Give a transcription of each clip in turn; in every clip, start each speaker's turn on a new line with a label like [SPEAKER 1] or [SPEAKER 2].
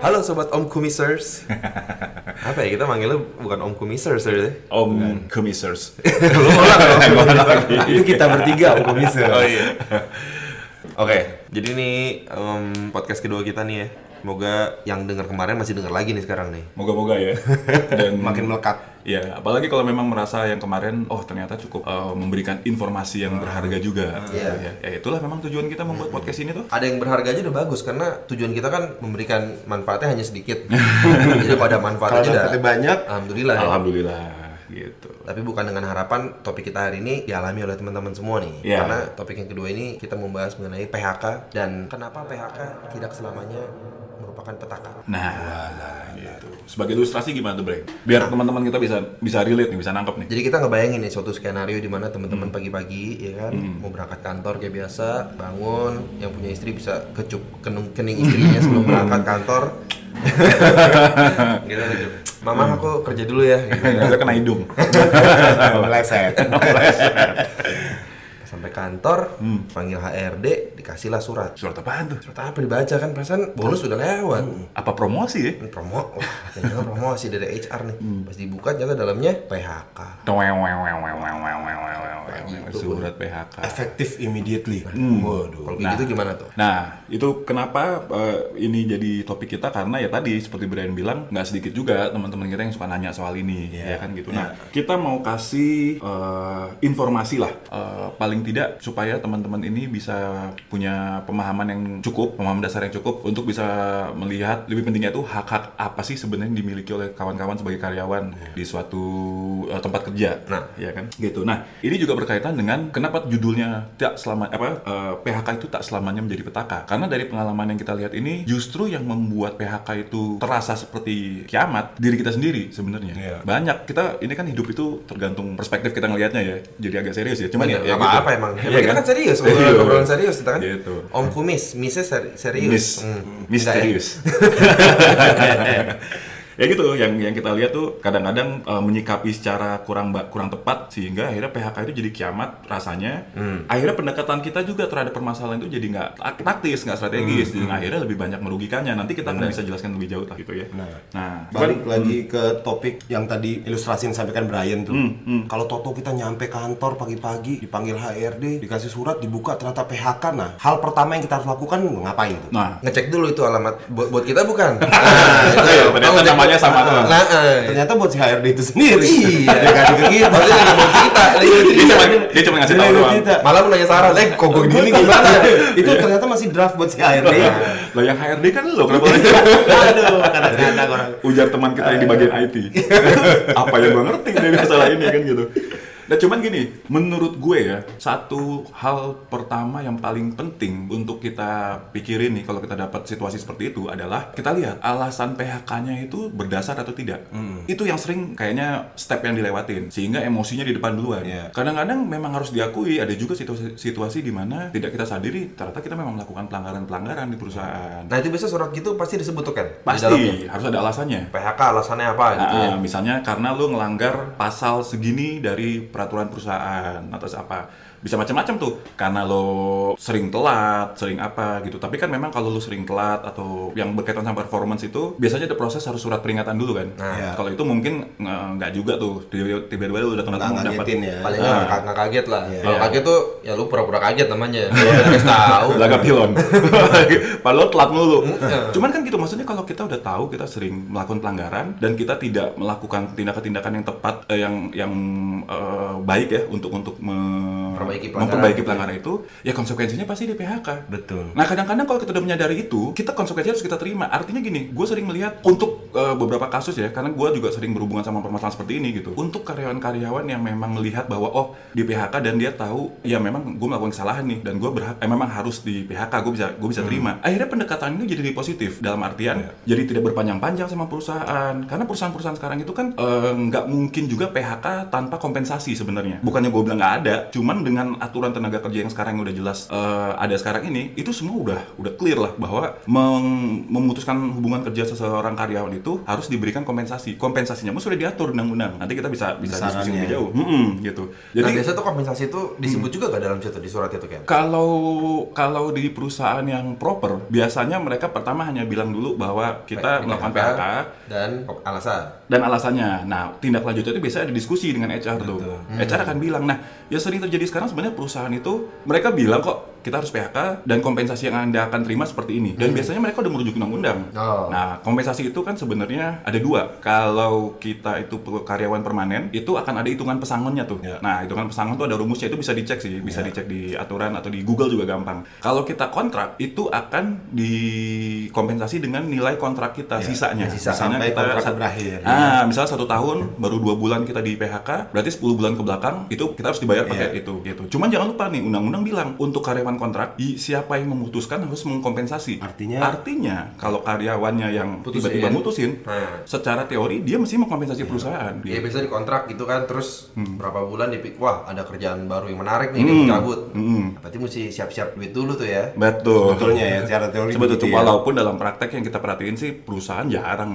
[SPEAKER 1] Halo Sobat Om Kumisers. Apa ya, kita manggilnya bukan Om Kumisers ya?
[SPEAKER 2] Om Kumisers.
[SPEAKER 1] Lu ulang.
[SPEAKER 3] Itu kita bertiga Om Kumisers.
[SPEAKER 1] Oh iya. Oke, jadi nih podcast kedua kita nih ya. Semoga yang dengar kemarin masih dengar lagi nih sekarang nih.
[SPEAKER 2] Moga-moga ya. Dan
[SPEAKER 3] Makin melekat.
[SPEAKER 2] ya, apalagi kalau memang merasa yang kemarin, ternyata cukup memberikan informasi yang berharga juga.
[SPEAKER 1] Iya.
[SPEAKER 2] Ya, itulah memang tujuan kita membuat podcast ini tuh.
[SPEAKER 1] Ada yang berharga aja udah bagus, karena tujuan kita kan memberikan manfaatnya hanya sedikit. Jadi kalau ada manfaat
[SPEAKER 3] Kalau
[SPEAKER 1] aja
[SPEAKER 3] manfaatnya banyak,
[SPEAKER 1] alhamdulillah ya.
[SPEAKER 2] Alhamdulillah gitu.
[SPEAKER 1] Tapi bukan dengan harapan topik kita hari ini dialami oleh teman-teman semua nih.
[SPEAKER 2] Iya.
[SPEAKER 1] Karena topik yang kedua ini kita membahas mengenai PHK dan kenapa PHK tidak selamanya merupakan petaka.
[SPEAKER 2] Nah, gitu. Sebagai ilustrasi gimana tuh, Bre? Biar teman-teman kita bisa relate nih, bisa nangkep nih.
[SPEAKER 1] Jadi kita ngebayangin nih suatu skenario di mana teman-teman pagi-pagi ya kan mau berangkat kantor kayak biasa, bangun, yang punya istri bisa kecup kening istrinya sebelum berangkat kantor. Gitu. Mama aku kerja dulu ya. Gitu.
[SPEAKER 2] Nggak kena hidung.
[SPEAKER 3] meleset.
[SPEAKER 1] Sampai kantor, panggil HRD, dikasihlah surat.
[SPEAKER 2] Surat apaan tuh?
[SPEAKER 1] Surat apa dibaca kan? Perasaan bonus udah lewat.
[SPEAKER 2] Apa promosi ya?
[SPEAKER 1] Promo, wah, jangan promosi dari HR nih. Pas dibuka ternyata dalamnya PHK.
[SPEAKER 2] Surat PHK.
[SPEAKER 3] Effective immediately. Waduh.
[SPEAKER 1] Kalau kayak gitu gimana tuh?
[SPEAKER 2] Nah, itu kenapa ini jadi topik kita, karena ya tadi seperti Brian bilang, nggak sedikit juga teman-teman kita yang suka nanya soal ini, ya kan gitu. Nah, kita mau kasih informasi lah, paling tidak supaya teman-teman ini bisa punya pemahaman yang cukup, pemahaman dasar yang cukup untuk bisa melihat lebih pentingnya itu hak-hak apa sih sebenarnya yang dimiliki oleh kawan-kawan sebagai karyawan di suatu tempat kerja.
[SPEAKER 1] Nah,
[SPEAKER 2] Ya kan, gitu. Nah, ini juga berkaitan dengan kenapa judulnya PHK itu tak selamanya menjadi petaka. Karena dari pengalaman yang kita lihat ini, justru yang membuat PHK itu terasa seperti kiamat diri kita sendiri sebenarnya.
[SPEAKER 3] Iya.
[SPEAKER 2] Banyak kita ini kan hidup itu tergantung perspektif kita ngelihatnya ya. Jadi agak serius ya. Cuman ya
[SPEAKER 1] apa-apa
[SPEAKER 2] gitu.
[SPEAKER 1] emang.
[SPEAKER 2] Iya
[SPEAKER 1] Ya, kita kan serius,
[SPEAKER 2] Iya.
[SPEAKER 1] obrolan serius kita kan.
[SPEAKER 2] Gitu.
[SPEAKER 1] Om Kumis, Misnya serius.
[SPEAKER 2] Misterius. Ya gitu, yang kita lihat tuh kadang-kadang menyikapi secara kurang tepat, sehingga akhirnya PHK itu jadi kiamat rasanya. Akhirnya pendekatan kita juga terhadap permasalahan itu jadi nggak taktis, nggak strategis, jadi akhirnya lebih banyak merugikannya. Nanti kita akan bisa jelaskan lebih jauh lah gitu ya. Nah,
[SPEAKER 3] Balik lagi ke topik yang tadi ilustrasi yang disampaikan Brian tuh. Kalau Toto kita nyampe kantor pagi-pagi, dipanggil HRD, dikasih surat, dibuka ternyata PHK. Nah, hal pertama yang kita harus lakukan ngapain tuh?
[SPEAKER 2] Nah,
[SPEAKER 1] Ngecek dulu itu alamat buat kita bukan?
[SPEAKER 2] ternyata namanya sama tuh.
[SPEAKER 3] Ternyata buat si HRD itu sendiri.
[SPEAKER 1] Iya.
[SPEAKER 3] Dia kasih ke kita.
[SPEAKER 1] Maksudnya nggak mau cerita,
[SPEAKER 2] Dia cuma ngasih tahu doang.
[SPEAKER 1] malah mau nanya saran, kok gue gini gimana?
[SPEAKER 3] Itu ternyata masih draft buat si HRD.
[SPEAKER 2] Lah yang HRD kan lo, kenapa lagi?
[SPEAKER 3] Aduh, kadang-kadang orang.
[SPEAKER 2] Ujar teman kita yang di bagian IT. Apa yang gue ngerti dari masalah ini kan gitu. Nah cuman gini, menurut gue ya, satu hal pertama yang paling penting untuk kita pikirin nih kalau kita dapat situasi seperti itu adalah kita lihat alasan PHK-nya itu berdasar atau tidak. Itu yang sering kayaknya step yang dilewatin, sehingga emosinya di depan duluan. Kadang-kadang memang harus diakui ada juga situasi di mana tidak kita sadari ternyata kita memang melakukan pelanggaran-pelanggaran di perusahaan.
[SPEAKER 1] Nah itu biasa surat gitu pasti disebut tuh kan?
[SPEAKER 2] Pasti harus ada alasannya.
[SPEAKER 1] PHK alasannya apa gitu ya?
[SPEAKER 2] Misalnya karena lu ngelanggar pasal segini dari peraturan perusahaan atau apa, bisa macam-macam tuh, karena lo sering telat, sering apa gitu. Tapi kan memang kalau lo sering telat atau yang berkaitan sama performance itu biasanya ada proses harus surat peringatan dulu kan. Kalau itu mungkin nggak juga tuh, tiba-tiba lo udah teman-teman dapat.
[SPEAKER 1] Paling nggak kaget lah. Kalau kaget tuh ya lu pura-pura kaget namanya. Kalau nggak tahu.
[SPEAKER 2] Laga pilon. Padahal telat mulu. Cuman kan gitu, maksudnya kalau kita udah tahu kita sering melakukan pelanggaran dan kita tidak melakukan tindakan-tindakan yang tepat, yang baik ya untuk memperbaiki pelanggaran itu, ya konsekuensinya pasti di PHK.
[SPEAKER 3] Betul.
[SPEAKER 2] Nah kadang-kadang kalau kita udah menyadari itu, kita konsekuensinya harus kita terima. Artinya gini, gue sering melihat untuk beberapa kasus ya, karena gue juga sering berhubungan sama permasalahan seperti ini gitu. Untuk karyawan-karyawan yang memang melihat bahwa di PHK dan dia tahu ya memang gue melakukan kesalahan nih dan gue memang harus di PHK, gue bisa terima. Akhirnya pendekatan ini jadi positif dalam artian jadi tidak berpanjang-panjang sama perusahaan, karena perusahaan-perusahaan sekarang itu kan nggak mungkin juga PHK tanpa kompensasi sebenarnya. Bukannya gue bilang nggak ada, cuman dengan dengan aturan tenaga kerja yang sekarang udah jelas ada sekarang ini, itu semua udah clear lah bahwa memutuskan hubungan kerja seseorang karyawan itu harus diberikan kompensasi. Kompensasinya pun sudah diatur undang-undang. Nanti kita bisa diskusi lebih jauh. Gitu.
[SPEAKER 1] Jadi biasa tuh kompensasi itu disebut juga gak dalam di surat itu kan?
[SPEAKER 2] Kalau di perusahaan yang proper, biasanya mereka pertama hanya bilang dulu bahwa kita melakukan PHK dan alasannya. Nah, tindak lanjutnya itu biasanya ada diskusi dengan HR tuh. HR akan bilang, nah, yang sering terjadi sekarang sebenarnya perusahaan itu mereka bilang kok kita harus PHK dan kompensasi yang Anda akan terima seperti ini. Dan biasanya mereka udah merujuk undang-undang. Nah, kompensasi itu kan sebenarnya ada dua. Kalau kita itu karyawan permanen, itu akan ada hitungan pesangonnya tuh. Nah, hitungan pesangon tuh ada rumusnya, itu bisa dicek sih, bisa dicek di aturan atau di Google juga gampang. Kalau kita kontrak, itu akan dikompensasi dengan nilai kontrak kita sisanya.
[SPEAKER 3] Sampai kita kontrak berakhir.
[SPEAKER 2] Misalnya 1 tahun, baru 2 bulan kita di PHK, berarti 10 bulan ke belakang, itu kita harus dibayar pakai itu gitu. Cuman jangan lupa nih, undang-undang bilang, untuk karyawan kontrak, siapa yang memutuskan harus mengkompensasi. Artinya kalau karyawannya yang tiba-tiba mutusin, secara teori dia mesti mengkompensasi perusahaan.
[SPEAKER 1] Iya, biasa di kontrak gitu kan, terus berapa bulan dipikir, wah ada kerjaan baru yang menarik nih, dia mau cabut. Berarti mesti siap-siap duit dulu tuh ya.
[SPEAKER 2] Betul.
[SPEAKER 3] Sebetulnya ya, secara teori.
[SPEAKER 2] Sebetulnya walaupun dalam praktek yang kita perhatiin sih, perusahaan jarang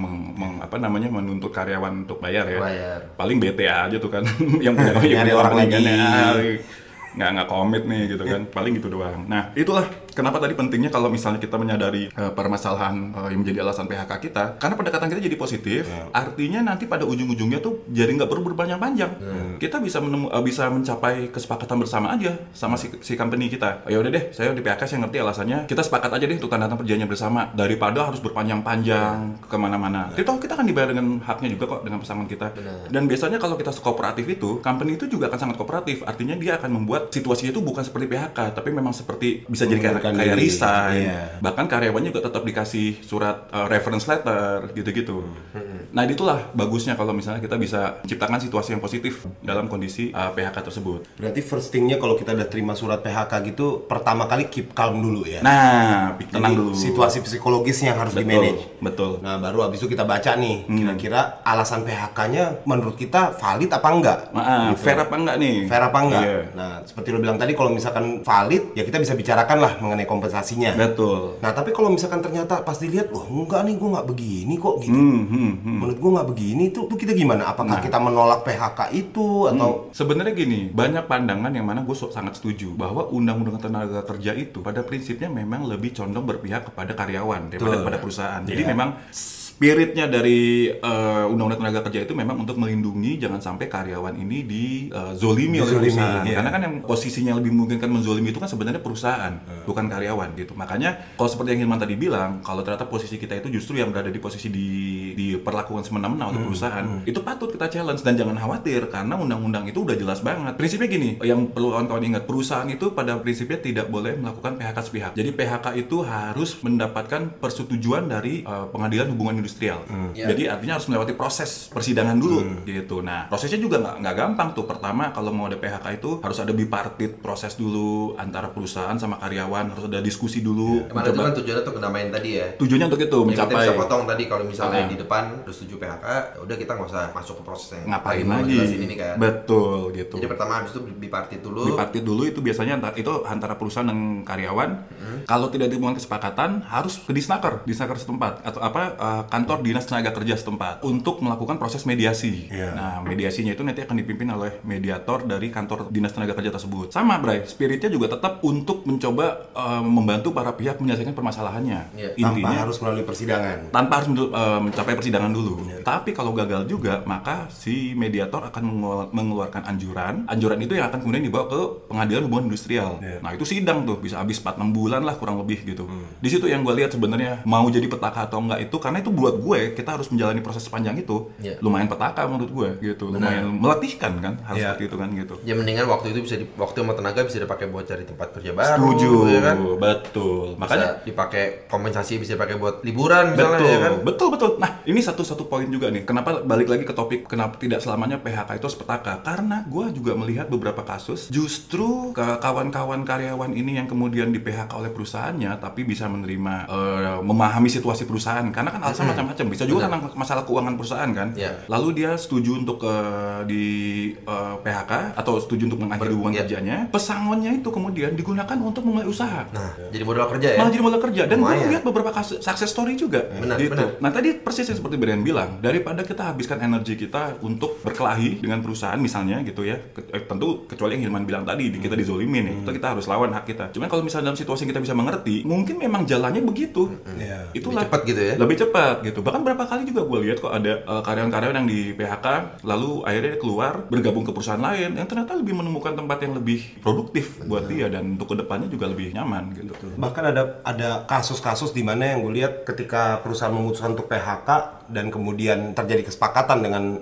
[SPEAKER 2] menuntut karyawan untuk bayar ya. Paling BT aja tuh kan, yang punya orang lagi. Nggak komit nih gitu kan, paling gitu doang. Nah, itulah kenapa tadi pentingnya kalau misalnya kita menyadari permasalahan yang menjadi alasan PHK kita, karena pendekatan kita jadi positif, artinya nanti pada ujung-ujungnya tuh jadi nggak perlu berpanjang-panjang. Kita bisa bisa mencapai kesepakatan bersama aja sama si company kita. Ya udah deh, saya di PHK saya ngerti alasannya, kita sepakat aja deh untuk tanda tangan perjanjian bersama, daripada harus berpanjang-panjang kemana-mana. Kita akan dibayar dengan haknya juga kok, dengan pesangon kita. Dan biasanya kalau kita kooperatif itu, company itu juga akan sangat kooperatif, artinya dia akan membuat situasinya itu bukan seperti PHK, tapi memang seperti bisa jadi kayak resign. Bahkan karyawannya juga tetap dikasih surat reference letter gitu-gitu. Nah, itulah bagusnya kalau misalnya kita bisa menciptakan situasi yang positif dalam kondisi PHK tersebut.
[SPEAKER 3] Berarti first thing-nya kalau kita udah terima surat PHK gitu, pertama kali keep calm dulu ya.
[SPEAKER 2] Nah, tenang dulu.
[SPEAKER 3] Situasi psikologisnya yang harus di-manage.
[SPEAKER 2] Betul.
[SPEAKER 3] Nah, baru abis itu kita baca nih, kira-kira alasan PHK-nya menurut kita valid apa enggak?
[SPEAKER 2] Gitu. Fair apa enggak nih?
[SPEAKER 3] Fair apa enggak? Nah, seperti lo bilang tadi, kalau misalkan valid, ya kita bisa bicarakan lah mengenai kompensasinya.
[SPEAKER 2] Betul.
[SPEAKER 3] Nah, tapi kalau misalkan ternyata pas dilihat, wah enggak nih, gue nggak begini kok gitu. Menurut gue nggak begini, tuh kita gimana? Apakah kita menolak PHK itu atau?
[SPEAKER 2] Sebenarnya gini, banyak pandangan yang mana gue sangat setuju bahwa undang-undang tenaga kerja itu pada prinsipnya memang lebih condong berpihak kepada karyawan daripada kepada perusahaan. Jadi memang spiritnya dari Undang-Undang Tenaga Kerja itu memang untuk melindungi jangan sampai karyawan ini dizolimi oleh perusahaan. Karena kan yang posisinya lebih memungkinkan menzolimi itu kan sebenarnya perusahaan, bukan karyawan gitu. Makanya kalau seperti yang Hilman tadi bilang, kalau ternyata posisi kita itu justru yang berada di posisi diperlakukan semena-mena oleh perusahaan, itu patut kita challenge dan jangan khawatir karena undang-undang itu udah jelas banget. Prinsipnya gini, yang perlu kawan-kawan ingat, perusahaan itu pada prinsipnya tidak boleh melakukan PHK sepihak. Jadi PHK itu harus mendapatkan persetujuan dari pengadilan hubungan industrial. Jadi artinya harus melewati proses persidangan dulu gitu. Nah, prosesnya juga nggak gampang tuh. Pertama, kalau mau ada PHK itu harus ada bipartit proses dulu antara perusahaan sama karyawan, harus ada diskusi dulu.
[SPEAKER 1] Emang itu kan tujuannya untuk ngenamain tadi ya.
[SPEAKER 2] Tujuannya untuk itu, mencapai.
[SPEAKER 1] Kita bisa potong tadi kalau misalnya di depan udah setuju PHK, ya udah kita nggak usah masuk ke prosesnya.
[SPEAKER 2] Ngapain lagi?
[SPEAKER 1] Ini kan.
[SPEAKER 2] Betul gitu.
[SPEAKER 1] Jadi pertama habis itu bipartit dulu.
[SPEAKER 2] Bipartit dulu itu biasanya antara perusahaan dan karyawan. Kalau tidak ditemukan kesepakatan, harus ke disnaker setempat atau kantor dinas tenaga kerja setempat untuk melakukan proses mediasi. Nah, mediasinya itu nanti akan dipimpin oleh mediator dari kantor dinas tenaga kerja tersebut. Sama, Bray, spiritnya juga tetap untuk mencoba membantu para pihak menyelesaikan permasalahannya.
[SPEAKER 3] Tanpa
[SPEAKER 2] Intinya
[SPEAKER 3] harus melalui persidangan.
[SPEAKER 2] Tanpa harus mencapai persidangan dulu. Tapi kalau gagal juga, maka si mediator akan mengeluarkan anjuran. Anjuran itu yang akan kemudian dibawa ke pengadilan hubungan industrial. Nah, itu sidang tuh, bisa habis 4-6 bulan lah kurang lebih gitu. Di situ yang gue lihat sebenarnya mau jadi petaka atau enggak itu, karena itu buat gue, kita harus menjalani proses sepanjang itu. Lumayan petaka menurut gue gitu. Lumayan melatihkan kan, harus seperti itu kan gitu.
[SPEAKER 1] Ya mendingan waktu itu waktu sama tenaga bisa dipakai buat cari tempat kerja baru.
[SPEAKER 2] Setuju,
[SPEAKER 1] ya kan?
[SPEAKER 2] Betul.
[SPEAKER 1] Makanya bisa dipakai kompensasi, bisa dipakai buat liburan misalnya.
[SPEAKER 2] Betul,
[SPEAKER 1] ya kan?
[SPEAKER 2] Betul. Nah, ini satu poin juga nih. Kenapa balik lagi ke topik, kenapa tidak selamanya PHK itu harus petaka? Karena gue juga melihat beberapa kasus justru kawan-kawan karyawan ini yang kemudian di PHK oleh perusahaannya, tapi bisa menerima memahami situasi perusahaan. Karena kan alasan macam-macam. Bisa juga karena masalah keuangan perusahaan kan. Lalu dia setuju untuk di PHK atau setuju untuk mengakhiri hubungan kerjanya. Pesangonnya itu kemudian digunakan untuk memulai usaha.
[SPEAKER 1] Jadi modal kerja ya.
[SPEAKER 2] Malah jadi modal kerja. Dan gue lihat beberapa success story juga.
[SPEAKER 1] Benar.
[SPEAKER 2] Nah tadi persis yang seperti Brian bilang, daripada kita habiskan energi kita untuk berkelahi dengan perusahaan misalnya gitu ya, tentu kecuali yang Hilman bilang tadi, kita dizolimin ya, kita harus lawan hak kita. Cuman kalau misalnya dalam situasi yang kita bisa mengerti, mungkin memang jalannya begitu. Itulah
[SPEAKER 1] lebih cepat gitu ya.
[SPEAKER 2] Lebih cepat gitu. Bahkan berapa kali juga gue lihat kok ada karyawan-karyawan yang di PHK lalu akhirnya keluar bergabung ke perusahaan lain yang ternyata lebih menemukan tempat yang lebih produktif buat dia dan untuk kedepannya juga lebih nyaman gitu.
[SPEAKER 3] Bahkan ada kasus-kasus di mana yang gue lihat ketika perusahaan memutuskan untuk PHK dan kemudian terjadi kesepakatan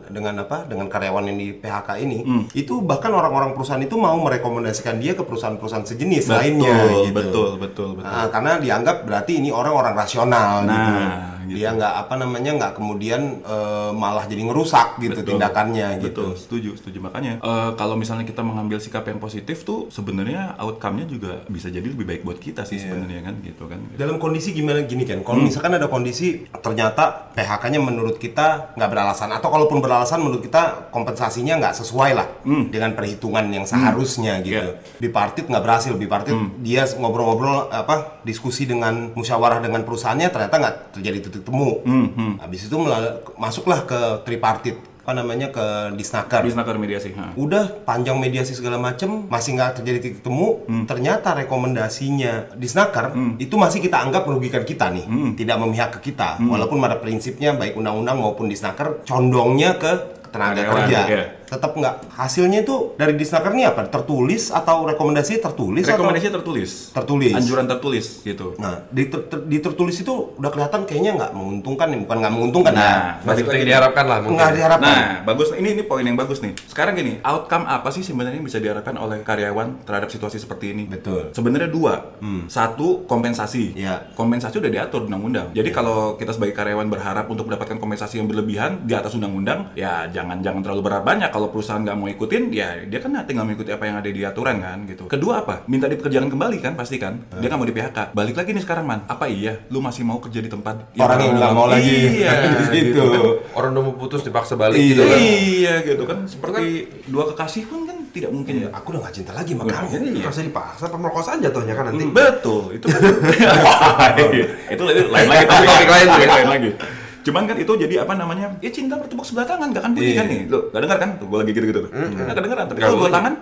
[SPEAKER 3] dengan karyawan yang di PHK ini, itu bahkan orang-orang perusahaan itu mau merekomendasikan dia ke perusahaan-perusahaan sejenis lainnya gitu. Betul. Nah, karena dianggap berarti ini orang-orang rasional gitu. Dia nggak kemudian malah jadi ngerusak gitu tindakannya gitu.
[SPEAKER 2] Betul, setuju. Makanya kalau misalnya kita mengambil sikap yang positif tuh sebenarnya outcome-nya juga bisa jadi lebih baik buat kita sih sebenarnya kan gitu kan.
[SPEAKER 3] Dalam kondisi gimana gini kan, kalau misalkan ada kondisi ternyata PHK-nya menurut kita nggak beralasan atau kalaupun beralasan menurut kita kompensasinya nggak sesuai lah dengan perhitungan yang seharusnya gitu. Bipartit nggak berhasil, dia ngobrol-ngobrol diskusi dengan musyawarah dengan perusahaannya ternyata nggak terjadi titik temu. Habis itu masuklah ke tripartit ke Disnaker
[SPEAKER 2] mediasi.
[SPEAKER 3] Udah panjang mediasi segala macem masih nggak terjadi titik temu. Ternyata rekomendasinya Disnaker itu masih kita anggap merugikan kita nih, tidak memihak ke kita. Walaupun pada prinsipnya baik undang-undang maupun Disnaker condongnya ke tenaga kerja. Tetap nggak, hasilnya itu dari Disnaker ini apa? Tertulis atau rekomendasi tertulis?
[SPEAKER 2] Rekomendasi tertulis. Anjuran tertulis gitu.
[SPEAKER 3] Nah, di tertulis itu udah kelihatan kayaknya nggak menguntungkan nih, bukan nggak menguntungkan
[SPEAKER 1] Masih yang diharapkan lah mungkin.
[SPEAKER 3] Nggak diharapkan.
[SPEAKER 2] Nah, bagus. Ini poin yang bagus nih. Sekarang gini, outcome apa sih sebenarnya yang bisa diharapkan oleh karyawan terhadap situasi seperti ini?
[SPEAKER 3] Betul.
[SPEAKER 2] Sebenarnya dua. Satu, kompensasi. Kompensasi udah diatur undang-undang. Jadi kalau kita sebagai karyawan berharap untuk mendapatkan kompensasi yang berlebihan di atas undang-undang, ya jangan terlalu berat banyak. Kalau perusahaan nggak mau ikutin, ya dia kan tinggal mengikuti apa yang ada di aturan kan gitu. Kedua apa? Minta dipekerjakan kembali kan pasti kan. Dia nggak mau di PHK. Balik lagi nih sekarang man. Apa iya? Lu masih mau kerja di tempat
[SPEAKER 3] orang yang nggak mau lagi?
[SPEAKER 2] Iya. gitu kan.
[SPEAKER 1] Orang udah mau putus dipaksa balik gitu kan.
[SPEAKER 2] Iya gitu kan. Seperti dua kekasih pun kan tidak mungkin ya.
[SPEAKER 3] Aku udah nggak cinta lagi sama kamu.
[SPEAKER 1] Pasti dipaksa, pemerkosaan jatuhnya kan nanti.
[SPEAKER 2] Betul. Itu kan. Itu lain lagi topik lain lagi. Cuman kan itu jadi ya cinta bertepuk sebelah tangan, gak kan bunyi kan nih. Lo gak dengar kan? Gue lagi gitu-gitu. Gak kedengeran, tapi kalau gue tangan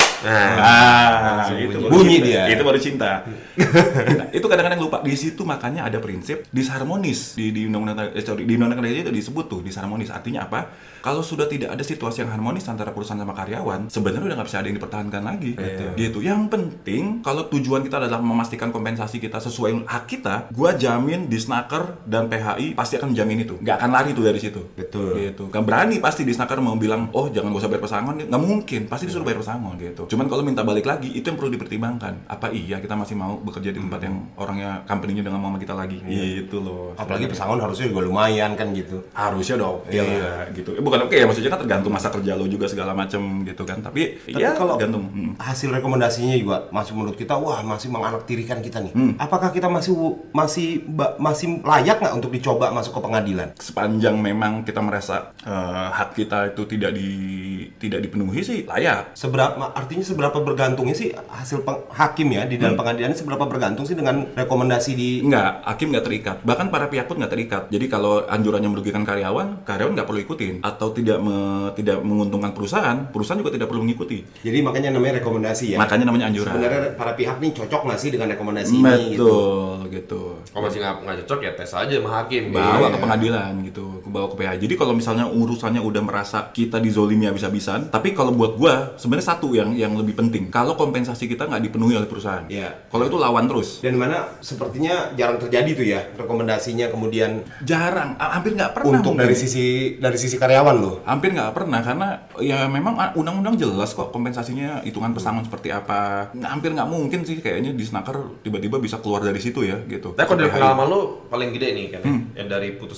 [SPEAKER 2] itu bunyi dia. Itu baru cinta. Nah, itu kadang-kadang lupa. Di situ makanya ada prinsip disharmonis di undang-undang kerja itu disebut tuh disharmonis. Artinya apa? Kalau sudah tidak ada situasi yang harmonis antara perusahaan sama karyawan, sebenarnya udah nggak bisa ada yang dipertahankan lagi. Gitu. Yang penting kalau tujuan kita adalah memastikan kompensasi kita sesuai hak kita, gua jamin Disnaker dan PHI pasti akan menjamin itu. Nggak akan lari tuh dari situ.
[SPEAKER 3] Betul.
[SPEAKER 2] Gitu. Gak berani pasti Disnaker mau bilang, oh jangan gak usah bayar pesangon. Nggak mungkin. Pasti disuruh bayar pesangon gitu. Cuman kalau minta balik lagi, itu yang perlu dipertimbangkan. Apa iya kita masih mau bekerja di tempat yang orangnya, company-nya udah nggak mau sama kita lagi? Gitu loh.
[SPEAKER 3] Apalagi pesangon harusnya juga lumayan kan gitu.
[SPEAKER 2] Harusnya dong. Iya. Gitu. Bukan oke ya, maksudnya kan tergantung masa kerja lo juga segala macam gitu kan. Tapi ya
[SPEAKER 3] kalau
[SPEAKER 2] tergantung.
[SPEAKER 3] Hasil rekomendasinya juga masih menurut kita masih menganaktirikan kita nih. Apakah kita masih layak nggak untuk dicoba masuk ke pengadilan?
[SPEAKER 2] Sepanjang memang kita merasa hak kita itu tidak dipenuhi sih layak.
[SPEAKER 3] Seberapa bergantungnya sih hasil hakim ya di dalam pengadilan, seberapa bergantung sih dengan rekomendasi di?
[SPEAKER 2] Enggak, hakim nggak terikat. Bahkan para pihak pun nggak terikat. Jadi kalau anjurannya merugikan karyawan nggak perlu ikutin. Atau tidak menguntungkan perusahaan juga tidak perlu mengikuti.
[SPEAKER 3] Jadi makanya namanya rekomendasi ya.
[SPEAKER 2] Makanya namanya anjuran.
[SPEAKER 3] Sebenarnya para pihak nih cocok nggak sih dengan rekomendasi ini?
[SPEAKER 2] Betul, gitu.
[SPEAKER 1] Kalau masih nggak cocok ya tes aja sama hakim.
[SPEAKER 2] Bawa ke pengadilan gitu, bawa ke PH. Jadi kalau misalnya urusannya udah merasa kita dizolimi habis-habisan, tapi kalau buat gua sebenarnya satu yang lebih penting, kalau kompensasi kita nggak dipenuhi oleh perusahaan.
[SPEAKER 3] Iya.
[SPEAKER 2] Kalau itu lawan terus.
[SPEAKER 3] Dan mana sepertinya jarang terjadi tuh ya rekomendasinya kemudian.
[SPEAKER 2] Jarang, hampir nggak pernah.
[SPEAKER 3] Untuk dari sisi karyawan loh.
[SPEAKER 2] Hampir nggak pernah karena ya memang undang-undang jelas kok kompensasinya, hitungan pesangon seperti apa. Hampir nggak mungkin sih kayaknya Disnaker tiba-tiba bisa keluar dari situ ya gitu.
[SPEAKER 1] Tapi kalau dari pengalaman lu paling gede nih kan yang dari putusan pengadilan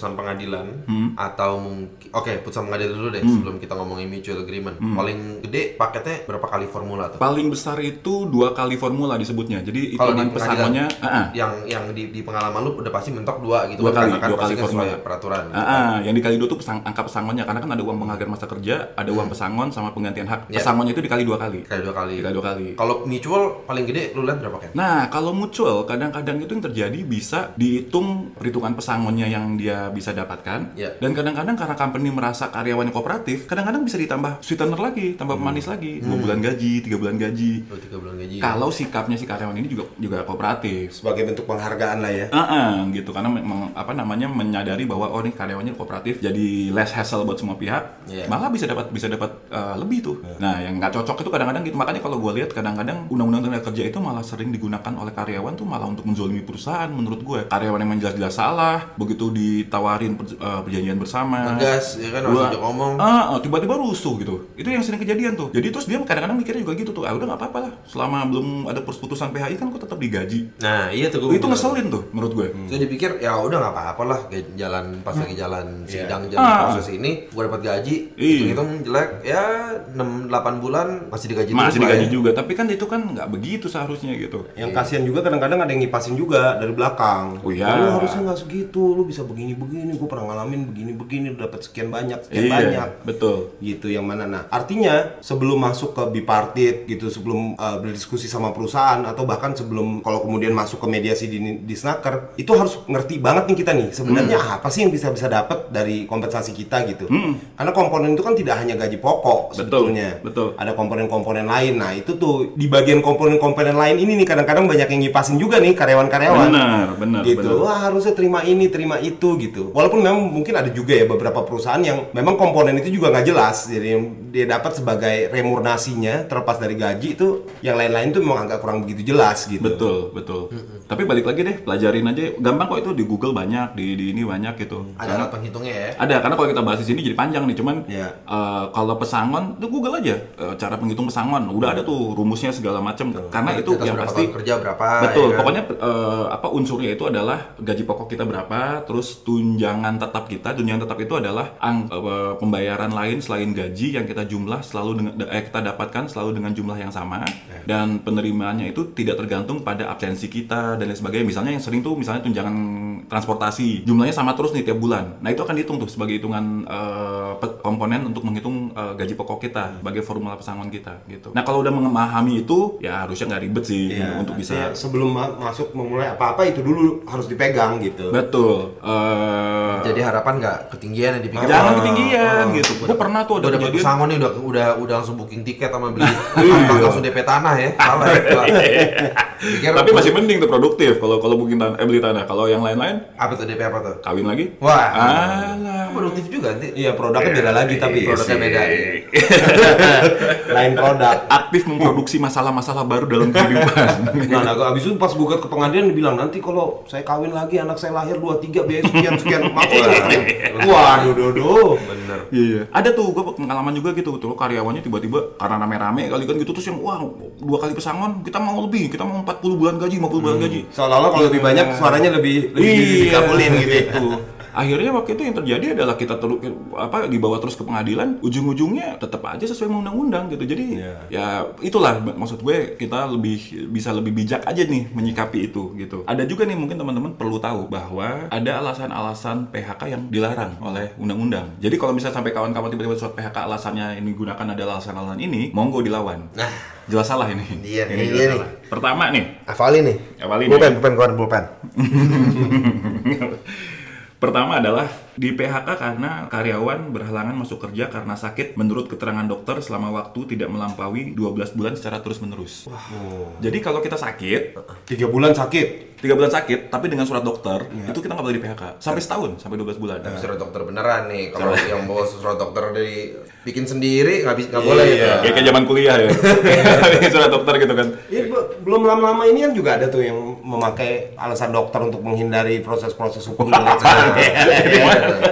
[SPEAKER 1] pengadilan atau mungkin putusan pengadilan dulu deh sebelum kita ngomongin mutual agreement. Paling gede paketnya berapa kali formula tuh?
[SPEAKER 2] Paling besar itu 2 kali formula disebutnya. Jadi
[SPEAKER 1] kalau di
[SPEAKER 2] hitungan pesangonnya
[SPEAKER 1] yang di pengalaman lu udah pasti mentok 2 gitu
[SPEAKER 2] 2 kali,
[SPEAKER 1] kan
[SPEAKER 2] 2 kali formula
[SPEAKER 1] peraturan.
[SPEAKER 2] Yang dikali 2 tuh angka pesangonnya, karena kan ada uang penghargaan masa kerja, ada uang pesangon sama penggantian hak. Pesangonnya itu dikali 2 kali.
[SPEAKER 1] Dikali 2 kali. Kalau mutual paling gede lu lihat berapa kan?
[SPEAKER 2] Nah, kalau mutual kadang-kadang itu yang terjadi bisa dihitung perhitungan pesangonnya yang dia bisa dapatkan. Dan kadang-kadang karena company merasa karyawannya kooperatif, kadang-kadang bisa ditambah sweetener lagi, tambah pemanis lagi, 2 bulan gaji, 3 bulan gaji.
[SPEAKER 1] 3 bulan gaji.
[SPEAKER 2] Kalau sikapnya si karyawan ini juga kooperatif.
[SPEAKER 3] Sebagai bentuk penghargaan lah ya.
[SPEAKER 2] Gitu, karena menyadari bahwa nih karyawannya kooperatif, jadi less hassle buat semua pihak. Malah bisa dapat lebih tuh. Nah, yang nggak cocok itu kadang-kadang gitu. Makanya kalau gue lihat kadang-kadang undang-undang tenaga kerja itu malah sering digunakan oleh karyawan tuh malah untuk menzolimi perusahaan. Menurut gue, karyawan yang jelas-jelas salah, begitu ditawarin perjanjian bersama,
[SPEAKER 1] ngegas, ya kan, harus ajak ngomong,
[SPEAKER 2] tiba-tiba rusuh gitu. Itu yang sering kejadian tuh. Jadi terus dia kadang-kadang mikirnya juga gitu tuh, udah nggak apa-apa lah, selama belum ada putusan PHI kan gue tetap digaji.
[SPEAKER 1] Nah iya tuh,
[SPEAKER 2] itu ngeselin tuh menurut gue.
[SPEAKER 1] Saya dipikir ya udah nggak apa-apa lah, lagi jalan sidang proses ini, gue dapat gaji, hitung jelek ya 6-8 bulan masih digaji
[SPEAKER 2] juga. Tapi kan itu kan nggak begitu seharusnya gitu.
[SPEAKER 3] Yang kasihan juga kadang-kadang ada yang ngipasin juga dari belakang. Lu harusnya nggak segitu, lu bisa begini-begini, gue pernah ngalamin begini-begini, dapat sekian banyak.
[SPEAKER 2] Betul.
[SPEAKER 3] Gitu yang mana. Nah, artinya sebelum masuk ke bipartit gitu, sebelum berdiskusi sama perusahaan atau bahkan sebelum kalau kemudian masuk ke mediasi di Snaker, itu harus ngerti banget nih kita nih sebenarnya apa sih yang bisa dapat dari kompensasi kita gitu. Karena komponen itu kan tidak hanya gaji pokok sebetulnya.
[SPEAKER 2] Betul.
[SPEAKER 3] Ada komponen-komponen lain. Nah, itu tuh di bagian komponen-komponen lain ini nih kadang-kadang banyak yang ngipasin juga nih karyawan-karyawan.
[SPEAKER 2] Benar.
[SPEAKER 3] Gitu. Wah, harusnya terima ini, terima itu gitu. Walaupun memang mungkin ada juga ya beberapa perusahaan yang memang komponen itu juga nggak jelas. Jadi dia dapat sebagai remurnasinya terlepas dari gaji itu, yang lain-lain tuh memang agak kurang begitu jelas gitu.
[SPEAKER 2] Betul. Tapi balik lagi deh, pelajarin aja. Gampang kok itu, di Google banyak, di ini banyak gitu.
[SPEAKER 1] Ada alat penghitungnya ya?
[SPEAKER 2] Ada, karena kalau kita bahas di sini jadi panjang nih. Cuman kalau pesangon, itu Google aja cara penghitung pesangon. Udah ada tuh rumusnya segala macam. Karena itu yang pasti
[SPEAKER 1] kerja berapa.
[SPEAKER 2] Betul.
[SPEAKER 1] Ya kan?
[SPEAKER 2] Pokoknya unsurnya itu adalah gaji pokok kita berapa, terus tunjangan tetap kita. Tunjangan tetap itu adalah pembayaran lain selain gaji yang kita kita dapatkan selalu dengan jumlah yang sama, dan penerimaannya itu tidak tergantung pada absensi kita dan lain sebagainya. Misalnya yang sering tuh misalnya tunjangan transportasi, jumlahnya sama terus nih tiap bulan. Nah, itu akan dihitung tuh sebagai hitungan komponen untuk menghitung gaji pokok kita sebagai formula pesangon kita gitu. Nah, kalau udah memahami itu ya harusnya nggak ribet sih untuk bisa
[SPEAKER 3] sebelum masuk memulai apa-apa itu dulu harus dipegang gitu.
[SPEAKER 2] Betul.
[SPEAKER 1] Jadi harapan nggak ketinggian ya dipikir.
[SPEAKER 2] Jangan ketinggian gitu. Gue pernah tuh ada
[SPEAKER 1] kejadian pesangon nih udah langsung booking tiket sama beli langsung DP tanah ya. Salah ya.
[SPEAKER 2] Tapi masih mending tuh produktif kalau booking beli tanah. Kalau yang lain-lain
[SPEAKER 1] apa tuh DP apa tuh?
[SPEAKER 2] Kawin lagi?
[SPEAKER 1] Wah.
[SPEAKER 2] Alah.
[SPEAKER 1] Produktif juga nanti.
[SPEAKER 3] Iya, produknya beda lagi tapi
[SPEAKER 1] produknya beda.
[SPEAKER 3] Lain produk.
[SPEAKER 2] Aktif memproduksi masalah-masalah baru dalam kehidupan.
[SPEAKER 3] Nah, abis itu pas gugat ke pengadilan dibilang nanti kalau saya kawin lagi anak saya lahir 2-3 biaya sekian waduh.
[SPEAKER 1] Bener.
[SPEAKER 2] Iya. Ada tuh gue pengalaman juga gitu tuh, karyawannya tiba-tiba karena rame-rame kali kan gitu, terus yang 2 kali pesangon, kita mau 40 bulan gaji, 50 bulan gaji.
[SPEAKER 3] Seolah-olah kalau lebih banyak suaranya lebih dikabulin gitu.
[SPEAKER 2] Akhirnya waktu itu yang terjadi adalah kita dibawa terus ke pengadilan, ujung-ujungnya tetap aja sesuai undang-undang gitu. Jadi ya itulah maksud gue, kita bisa lebih bijak aja nih menyikapi itu gitu. Ada juga nih mungkin teman-teman perlu tahu bahwa ada alasan-alasan PHK yang dilarang oleh undang-undang. Jadi kalau misalnya sampai kawan-kawan tiba-tiba surat PHK alasannya ini gunakan adalah alasan-alasan ini, monggo dilawan.
[SPEAKER 1] Nah,
[SPEAKER 2] jelas salah ini.
[SPEAKER 1] Iya
[SPEAKER 2] nih. Pertama nih.
[SPEAKER 1] Hafalin nih. Pulpen.
[SPEAKER 2] Pertama adalah di PHK karena karyawan berhalangan masuk kerja karena sakit menurut keterangan dokter selama waktu tidak melampaui 12 bulan secara terus-menerus. Jadi kalau kita sakit
[SPEAKER 3] 3 bulan sakit,
[SPEAKER 2] tapi dengan surat dokter, itu kita nggak boleh di PHK sampai setahun, sampai 12 bulan.
[SPEAKER 1] Tapi surat dokter beneran nih. Kalau yang bawa surat dokter dari bikin sendiri nggak boleh ya.
[SPEAKER 2] Kayak zaman kuliah ya. Surat dokter gitu kan.
[SPEAKER 3] Iya, belum lama-lama ini kan juga ada tuh yang memakai alasan dokter untuk menghindari proses-proses hukum dan lain sebagainya.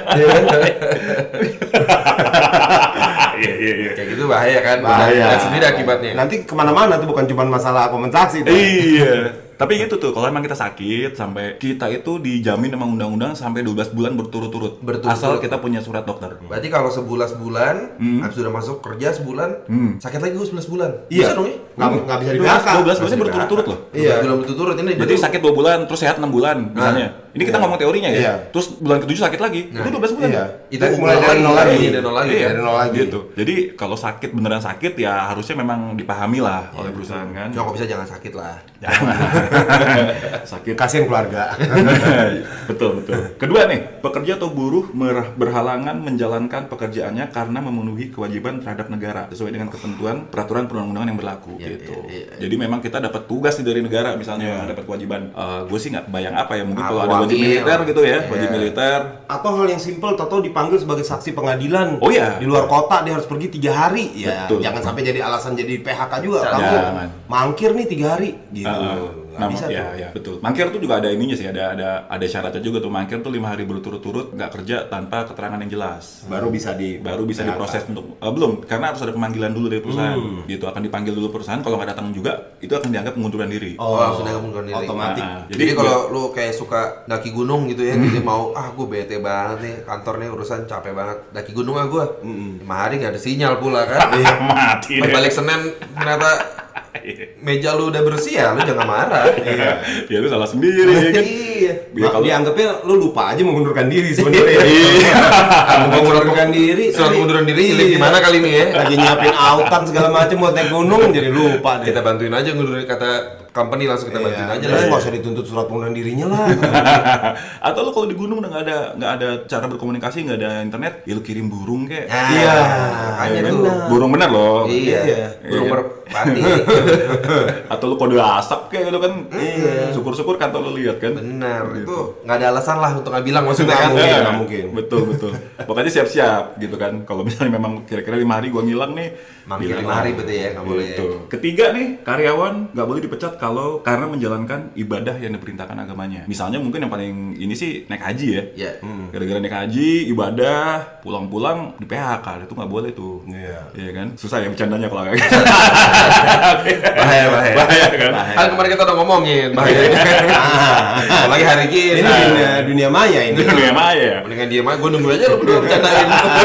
[SPEAKER 2] Iya.
[SPEAKER 1] Kayak gitu bahaya kan?
[SPEAKER 3] Bahaya.
[SPEAKER 1] Dan sendiri akibatnya.
[SPEAKER 3] Nanti kemana-mana tuh bukan cuma masalah kompensasi.
[SPEAKER 2] Iya. Tapi gitu tuh, kalau emang kita sakit sampai kita itu dijamin sama undang-undang sampai 12 bulan berturut-turut. Asal kita punya surat dokter.
[SPEAKER 1] Berarti kalau sebulan, habis sudah masuk kerja sebulan, sakit lagi gue 11 bulan.
[SPEAKER 3] Iya.
[SPEAKER 1] Bisa dong ya?
[SPEAKER 3] Nggak bisa di-PHK.
[SPEAKER 2] 12 bulan berturut-turut loh.
[SPEAKER 1] 12 bulan berturut-turut ini.
[SPEAKER 2] Jadi sakit 2 bulan, terus sehat 6 bulan misalnya. Ini kita ngomong teorinya ya.
[SPEAKER 3] Iya.
[SPEAKER 2] Terus bulan ke-7 sakit lagi. Itu 12 bulan.
[SPEAKER 3] Iya.
[SPEAKER 1] Itu
[SPEAKER 3] mulai dari nol lagi.
[SPEAKER 1] Dari nol lagi.
[SPEAKER 2] Iya,
[SPEAKER 3] Dari nol lagi.
[SPEAKER 2] gitu. Jadi kalau sakit beneran sakit ya harusnya memang dipahami lah oleh perusahaan kan.
[SPEAKER 1] Cuma kok bisa jangan sakit lah.
[SPEAKER 2] Sakit.
[SPEAKER 3] Kasihan keluarga.
[SPEAKER 2] Betul. Kedua nih, pekerja atau buruh berhalangan menjalankan pekerjaannya karena memenuhi kewajiban terhadap negara sesuai dengan ketentuan peraturan perundang-undangan yang berlaku gitu. Jadi memang kita dapat tugas dari negara misalnya dapat kewajiban. Gue sih nggak bayang apa ya, mungkin kalau ada wajib militer gitu ya, wajib militer.
[SPEAKER 3] Atau hal yang simpel, tahu dipanggil sebagai saksi pengadilan.
[SPEAKER 2] Oh iya.
[SPEAKER 3] Di luar kota dia harus pergi 3 hari. Ya,
[SPEAKER 2] Betul.
[SPEAKER 3] jangan sampai jadi alasan jadi PHK juga.
[SPEAKER 2] Jangan.
[SPEAKER 3] Kamu mangkir nih 3 hari gitu. Nggak bisa tuh.
[SPEAKER 2] Ya, betul. Mangkir tuh juga ada ininya sih, ada syaratnya juga tuh. Mangkir tuh 5 hari berturut-turut nggak kerja tanpa keterangan yang jelas.
[SPEAKER 3] Baru bisa
[SPEAKER 2] diproses untuk belum, karena harus ada pemanggilan dulu dari perusahaan. Gitu, akan dipanggil dulu perusahaan. Kalau nggak datang juga, itu akan dianggap pengunduran diri.
[SPEAKER 1] Langsung dianggap pengunduran diri.
[SPEAKER 3] Otomatis.
[SPEAKER 1] Jadi kalau lu kayak suka daki gunung gitu ya, jadi mau gue bete banget nih kantor nih, urusan capek banget, daki gunung gue 5 hari nggak ada sinyal pula kan.
[SPEAKER 2] Mati deh.
[SPEAKER 1] Balik Senin ternyata meja lu udah bersih ya, lu jangan marah.
[SPEAKER 2] Ya lu salah sendiri ya kan.
[SPEAKER 1] Iya.
[SPEAKER 3] Dianggapnya lu lupa aja mengundurkan diri sebenarnya. Mengundurkan diri.
[SPEAKER 1] Soal pengunduran diri jelek gimana kali ini ya?
[SPEAKER 3] Lagi nyiapin autan segala macam buat naik gunung jadi lupa deh.
[SPEAKER 1] Kita bantuin aja ngundurin kata company, langsung kita bantuin aja lah.
[SPEAKER 3] Nggak usah dituntut surat pengunduran dirinya lah.
[SPEAKER 2] Atau lu kalau di gunung udah nggak ada cara berkomunikasi, nggak ada internet, ya lu kirim burung kek.
[SPEAKER 3] Iya,
[SPEAKER 1] makanya tuh.
[SPEAKER 2] Burung bener loh.
[SPEAKER 1] Iya. Burung merpati.
[SPEAKER 2] Atau lu kode asap kayak gitu kan. Syukur-syukur kantor lu lihat kan.
[SPEAKER 1] Benar.
[SPEAKER 2] Gitu.
[SPEAKER 1] Itu nggak ada alasan lah untuk nggak bilang maksudnya kan.
[SPEAKER 3] Nggak mungkin.
[SPEAKER 2] Betul. Pokoknya siap-siap gitu kan. Kalau misalnya memang kira-kira 5 hari gua ngilang nih,
[SPEAKER 1] Mangkir
[SPEAKER 2] bilang
[SPEAKER 1] 5 hari berarti ya, nggak boleh.
[SPEAKER 2] Gitu. Ketiga nih, karyawan nggak boleh dipecat karena menjalankan ibadah yang diperintahkan agamanya. Misalnya mungkin yang paling ini sih naik haji ya.
[SPEAKER 1] Iya.
[SPEAKER 2] Gara-gara naik haji, ibadah, pulang-pulang di PHK, itu nggak boleh tuh. Iya kan? Susah ya bercandanya kalau kayak gitu.
[SPEAKER 1] Bahaya
[SPEAKER 2] kan?
[SPEAKER 1] Kan kemarin kita udah ngomongin bahayanya. Apalagi hari gini.
[SPEAKER 3] Ini dunia maya ini.
[SPEAKER 2] Dunia maya.
[SPEAKER 1] Mendingan diem aja, gue nunggu aja lu berdua bercandain.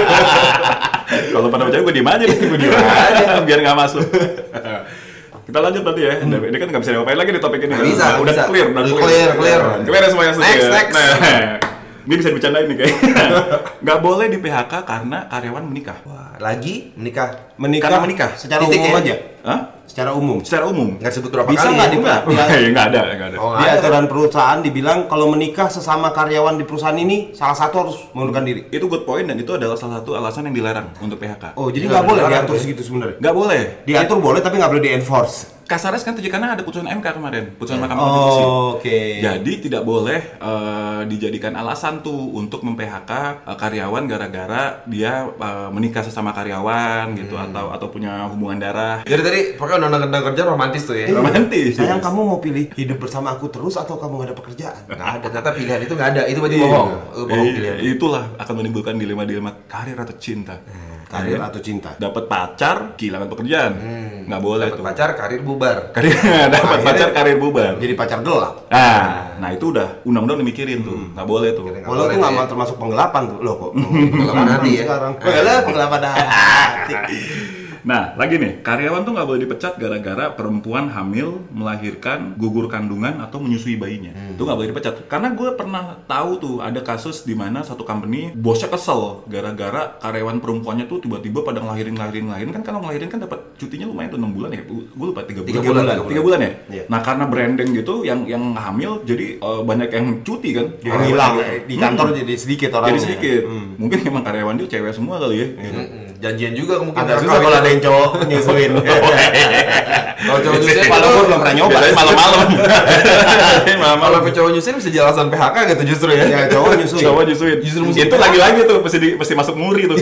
[SPEAKER 2] Kalau pada percaya gue diem aja nih, gue diem aja biar nggak masuk. Kita lanjut berarti ya. Ini kan nggak bisa diapain lagi di topik ini.
[SPEAKER 1] Nggak bisa.
[SPEAKER 2] Udah clear,
[SPEAKER 1] Clear
[SPEAKER 2] ya semuanya.
[SPEAKER 1] Next.
[SPEAKER 2] Nah, ini bisa dibicarain nih kayaknya. Nggak boleh di PHK karena karyawan menikah.
[SPEAKER 1] Wah, lagi menikah.
[SPEAKER 2] Karena menikah.
[SPEAKER 3] Secara
[SPEAKER 1] Titik
[SPEAKER 3] umum
[SPEAKER 1] ya?
[SPEAKER 3] aja.
[SPEAKER 2] Hah?
[SPEAKER 3] Secara umum.
[SPEAKER 2] Secara umum.
[SPEAKER 1] Nggak disebut berapa
[SPEAKER 3] Bisa
[SPEAKER 1] kali
[SPEAKER 3] nggak
[SPEAKER 1] ya?
[SPEAKER 2] Nggak ada.
[SPEAKER 1] Oh,
[SPEAKER 3] Di
[SPEAKER 1] nggak ada.
[SPEAKER 3] aturan perusahaan dibilang kalau menikah sesama karyawan di perusahaan ini salah satu harus mengundurkan diri.
[SPEAKER 2] Itu good point dan itu adalah salah satu alasan yang dilarang untuk PHK.
[SPEAKER 3] Oh, jadi nggak boleh diatur segitu sebenarnya.
[SPEAKER 2] Nggak boleh.
[SPEAKER 3] Diatur boleh tapi nggak boleh di-enforce.
[SPEAKER 2] Kasarnya kan terjadi karena ada putusan MK kemarin, putusan Mahkamah Konstitusi.
[SPEAKER 3] Oke.
[SPEAKER 2] Jadi tidak boleh dijadikan alasan tuh untuk mem-PHK karyawan gara-gara dia menikah sesama karyawan gitu atau punya hubungan darah.
[SPEAKER 1] Jadi tadi pokoknya undang-undang kerja romantis tuh ya.
[SPEAKER 2] Romantis.
[SPEAKER 3] Sayang, kamu mau pilih hidup bersama aku terus atau kamu nggak ada pekerjaan?
[SPEAKER 1] Nggak ada, ternyata pilihan itu nggak ada. Itu berarti bohong. Bohong pilihan.
[SPEAKER 2] Itulah akan menimbulkan dilema-dilema karir atau cinta.
[SPEAKER 3] Karir atau cinta?
[SPEAKER 2] Dapat pacar, kehilangan pekerjaan. Nggak boleh
[SPEAKER 1] Dapat
[SPEAKER 2] tuh.
[SPEAKER 1] pacar, karir bubar.
[SPEAKER 2] Dapat pacar, karir bubar.
[SPEAKER 3] Jadi pacar gelap.
[SPEAKER 2] Nah itu udah undang-undang dimikirin tuh. Nggak boleh tuh.
[SPEAKER 3] Walau itu nggak termasuk penggelapan tuh. Loh kok?
[SPEAKER 1] Penggelapan hati ya.
[SPEAKER 3] Sekarang. Penggelapan hati.
[SPEAKER 2] Nah, lagi nih, karyawan tuh nggak boleh dipecat gara-gara perempuan hamil, melahirkan, gugur kandungan, atau menyusui bayinya. Itu nggak boleh dipecat. Karena gue pernah tahu tuh ada kasus di mana satu company bosnya kesel gara-gara karyawan perempuannya tuh tiba-tiba pada ngelahirin. Kan kalau ngelahirin kan dapat cutinya lumayan tuh 6 bulan ya. Gue lupa 3 bulan. 3 bulan ya?
[SPEAKER 3] Iya.
[SPEAKER 2] Nah, karena branding gitu yang hamil jadi banyak yang cuti kan.
[SPEAKER 3] Yang hilang di kantor jadi sedikit orangnya.
[SPEAKER 2] Jadi sedikit. Mungkin emang karyawan dia cewek semua kali ya.
[SPEAKER 1] Janjian juga kemungkinan.
[SPEAKER 3] Agak susah kalau ada yang cowok nyusuin.
[SPEAKER 1] Kalau cowok nyusin,
[SPEAKER 3] walaupun belum pernah nyoba.
[SPEAKER 2] Biasanya malam-malam.
[SPEAKER 1] Kalau cowok nyusin bisa jadi alasan PHK gitu justru ya.
[SPEAKER 3] Ya, cowok nyusuin.
[SPEAKER 2] Coba nyusuin. Itu lagi-lagi tuh mesti masuk muri tuh.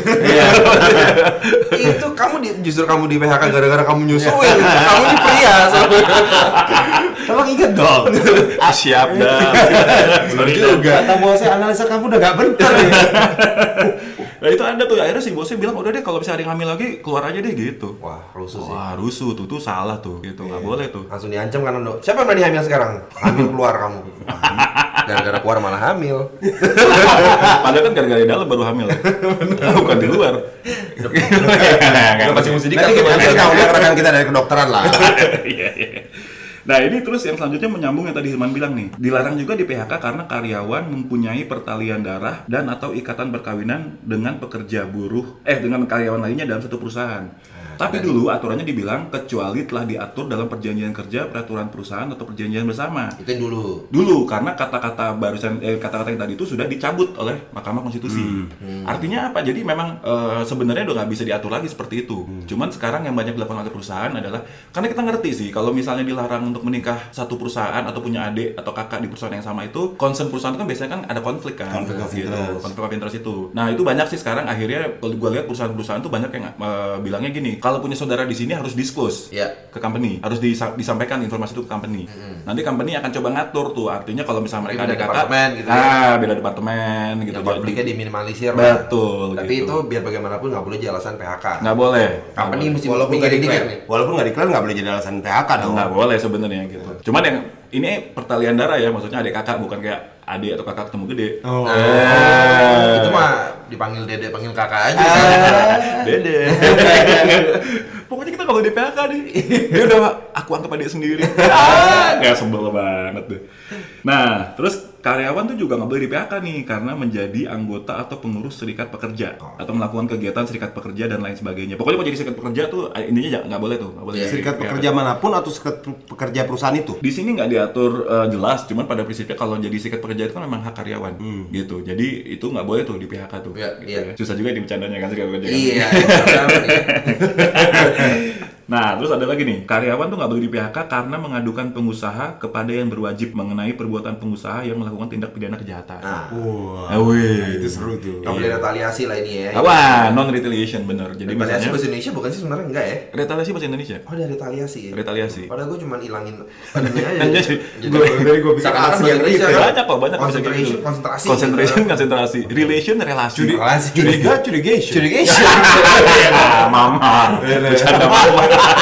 [SPEAKER 1] Itu justru kamu di PHK gara-gara kamu nyusuin. Kamu ini pria soalnya.
[SPEAKER 3] Tolong ingat dong.
[SPEAKER 2] Siap dah.
[SPEAKER 3] Sorry juga. Kata bosnya analisa kamu udah gak bener ya.
[SPEAKER 2] Nah itu ada tuh, akhirnya si bosnya bilang udah deh kalau bisa ada yang hamil lagi keluar aja deh gitu.
[SPEAKER 1] Wah, rusuh sih.
[SPEAKER 2] Wah rusuh tuh salah tuh gitu, nggak boleh tuh.
[SPEAKER 1] Langsung diancam kan Ando. Siapa yang berani hamil sekarang? Hamil keluar kamu. Gara-gara keluar malah hamil.
[SPEAKER 2] Padahal kan gara-gara di dalam baru hamil ya. Bukan di luar.
[SPEAKER 1] Masih mesti
[SPEAKER 3] Nanti kita undang rekan kita dari kedokteran lah.
[SPEAKER 2] Iya. Nah ini terus yang selanjutnya menyambung yang tadi Hilman bilang nih. Dilarang juga di PHK karena karyawan mempunyai pertalian darah dan atau ikatan perkawinan dengan pekerja buruh dengan karyawan lainnya dalam satu perusahaan. Tapi dulu aturannya dibilang kecuali telah diatur dalam perjanjian kerja, peraturan perusahaan atau perjanjian bersama.
[SPEAKER 1] Itu yang dulu.
[SPEAKER 2] Dulu karena kata-kata barusan kata-kata yang tadi itu sudah dicabut oleh Mahkamah Konstitusi. Artinya apa? Jadi memang sebenarnya udah nggak bisa diatur lagi seperti itu. Cuman sekarang yang banyak dilakukan oleh perusahaan adalah karena kita ngerti sih kalau misalnya dilarang untuk menikah satu perusahaan atau punya adik atau kakak di perusahaan yang sama itu, concern perusahaan itu kan biasanya kan ada konflik kan.
[SPEAKER 3] Konflik of interest.
[SPEAKER 2] Konflik of interest itu. Nah itu banyak sih sekarang akhirnya kalau gue lihat perusahaan-perusahaan tuh banyak yang bilangnya gini, kalau punya saudara di sini harus disclose ke company, harus disampaikan informasi itu ke company. Nanti company akan coba ngatur tuh, artinya kalau misalnya mereka ada kakak,
[SPEAKER 1] gitu ya.
[SPEAKER 2] beda departemen gitu.
[SPEAKER 1] Yang konfliknya diminimalisir.
[SPEAKER 2] Betul.
[SPEAKER 1] Tapi
[SPEAKER 2] gitu.
[SPEAKER 1] itu biar bagaimanapun nggak boleh jadi alasan PHK.
[SPEAKER 2] Nggak boleh.
[SPEAKER 1] Company mesti
[SPEAKER 3] Walaupun nggak
[SPEAKER 1] dikit
[SPEAKER 3] declare,
[SPEAKER 1] nih.
[SPEAKER 3] walaupun nggak declare nggak boleh jadi alasan PHK dong.
[SPEAKER 2] Nggak boleh sebenarnya gitu. Cuman yang ini pertalian darah ya, maksudnya adik kakak bukan kayak adik atau kakak ketemu gede.
[SPEAKER 3] Oh.
[SPEAKER 1] Itu mah dipanggil dede, panggil kakak aja.
[SPEAKER 2] Dede. Pokoknya kita kalau di PHK nih, dia udah aku anggap adik sendiri. Kayak sebel banget deh. Nah, terus karyawan tuh juga nggak boleh di PHK nih karena menjadi anggota atau pengurus serikat pekerja atau melakukan kegiatan serikat pekerja dan lain sebagainya. Pokoknya kalau jadi serikat pekerja tuh intinya nggak boleh tuh, nggak boleh.
[SPEAKER 3] Serikat pekerja manapun atau serikat pekerja perusahaan itu?
[SPEAKER 2] Di sini nggak diatur jelas, cuman pada prinsipnya kalau jadi serikat pekerja itu kan memang hak karyawan, gitu. Jadi itu nggak boleh tuh di PHK tuh.
[SPEAKER 1] Iya.
[SPEAKER 2] Susah juga di bercandanya kan serikat pekerja. Kan?
[SPEAKER 1] Iya.
[SPEAKER 2] Nah, terus ada lagi nih, karyawan tuh nggak boleh di PHK karena mengadukan pengusaha kepada yang berwajib mengenai perbuatan pengusaha yang melakukan tindak pidana kejahatan.
[SPEAKER 3] Wah, itu seru tuh.
[SPEAKER 1] Nggak boleh retaliasi lah ini ya.
[SPEAKER 2] Wah, non retaliation bener. Jadi
[SPEAKER 1] Retaliasi
[SPEAKER 2] misalnya
[SPEAKER 1] bahasa Indonesia bukan sih sebenarnya enggak ya?
[SPEAKER 2] retaliasi bahasa Indonesia.
[SPEAKER 1] Oh, ada retaliasi ya?
[SPEAKER 2] Retaliasi.
[SPEAKER 1] Padahal gue cuma ilangin adanya aja.
[SPEAKER 3] Dari gue pikir
[SPEAKER 1] Seakan-akan
[SPEAKER 3] asli
[SPEAKER 1] bahasa Indonesia
[SPEAKER 3] gitu.
[SPEAKER 1] kan?
[SPEAKER 2] Banyak kok, banyak bahasa kayak gitu. Konsentrasi, relation, relasi.
[SPEAKER 3] Curigation.
[SPEAKER 2] Mama. Bercanda mama.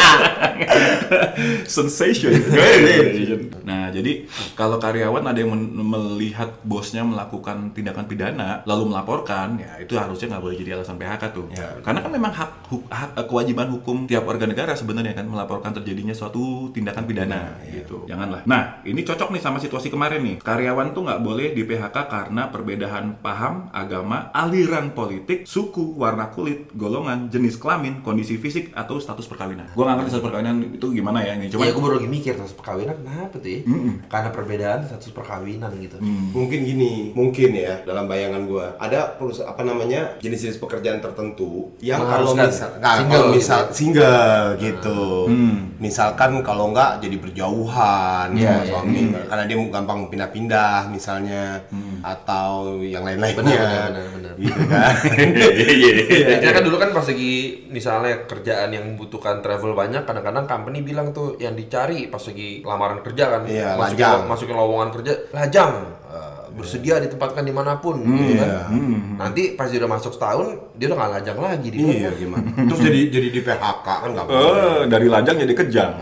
[SPEAKER 2] Sensation. Nah, jadi kalau karyawan ada yang melihat bosnya melakukan tindakan pidana lalu melaporkan, ya itu harusnya nggak boleh jadi alasan PHK tuh.
[SPEAKER 3] Ya.
[SPEAKER 2] Karena kan memang hak kewajiban hukum tiap warga negara sebenarnya kan melaporkan terjadinya suatu tindakan pidana gitu. Janganlah. Nah, ini cocok nih sama situasi kemarin nih. Karyawan tuh nggak boleh di PHK karena perbedaan paham, agama, aliran politik, suku, warna kulit, golongan, jenis kelamin, kondisi fisik atau status perkawinan. Gua nggak ngerti status perkawinan itu gimana ya ini. Cuma
[SPEAKER 1] Iya, gue baru lagi mikir status perkawinan kenapa tuh ya? Karena perbedaan status perkawinan gitu.
[SPEAKER 3] Mungkin gini, mungkin ya dalam bayangan gua ada jenis-jenis pekerjaan tertentu yang kalau
[SPEAKER 1] Mengharuskan
[SPEAKER 3] single gitu. Misalkan kalau enggak jadi berjauhan sama suami karena dia gampang pindah-pindah misalnya atau yang lain-lainnya.
[SPEAKER 1] Benar.
[SPEAKER 3] Gitu kan.
[SPEAKER 1] Ya kan dulu kan pas lagi misalnya kerjaan yang membutuhkan travel banyak, kadang-kadang company bilang tuh yang dicari pas lagi lamaran kerja kan,
[SPEAKER 3] Iya, lajang.
[SPEAKER 1] masukin lowongan kerja, lajang, bersedia ditempatkan dimanapun gitu kan. Nanti pas dia udah masuk setahun, dia udah nggak lajang lagi di
[SPEAKER 3] Iya gimana? Terus jadi di PHK kan nggak boleh.
[SPEAKER 2] dari lajang jadi kejang.